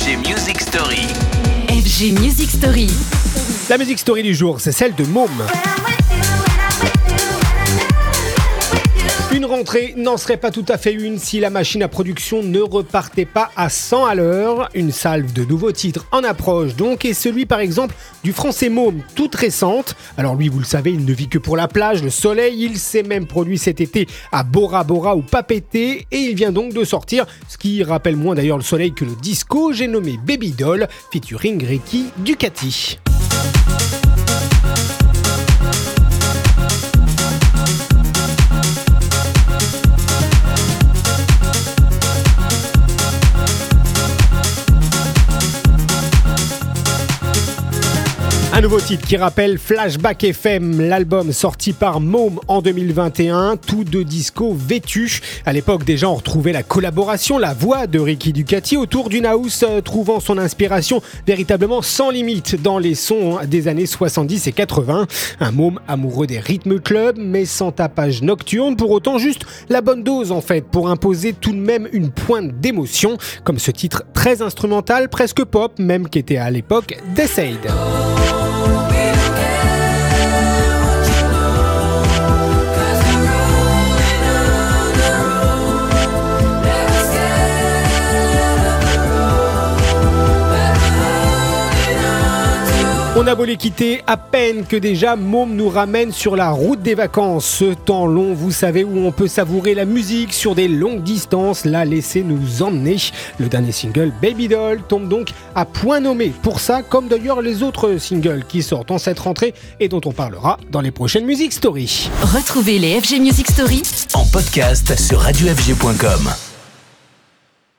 FG Music Story. FG Music Story. La musique story du jour, c'est celle de Môme. Une rentrée n'en serait pas tout à fait une si la machine à production ne repartait pas à 100 à l'heure. Une salve de nouveaux titres en approche donc, et celui par exemple du français Môme, toute récente. Alors lui, vous le savez, il ne vit que pour la plage, le soleil. Il s'est même produit cet été à Bora Bora ou Papeete, et il vient donc de sortir ce qui rappelle moins d'ailleurs le soleil que le disco. J'ai nommé Baby Doll featuring Ricky Ducati. Un nouveau titre qui rappelle Flashback FM, l'album sorti par Môme en 2021, tout de disco vêtu. À l'époque déjà on retrouvait la collaboration, la voix de Ricky Ducati autour d'une house trouvant son inspiration véritablement sans limite dans les sons des années 70 et 80. Un Môme amoureux des rythmes club mais sans tapage nocturne, pour autant juste la bonne dose en fait pour imposer tout de même une pointe d'émotion, comme ce titre très instrumental, presque pop même, qui était à l'époque Decade. On a beau les quitter, à peine que déjà Môme nous ramène sur la route des vacances. Ce temps long, vous savez, où on peut savourer la musique sur des longues distances, la laisser nous emmener. Le dernier single, Baby Doll, tombe donc à point nommé pour ça, comme d'ailleurs les autres singles qui sortent en cette rentrée et dont on parlera dans les prochaines Music Story. Retrouvez les FG Music Story En podcast sur radiofg.com.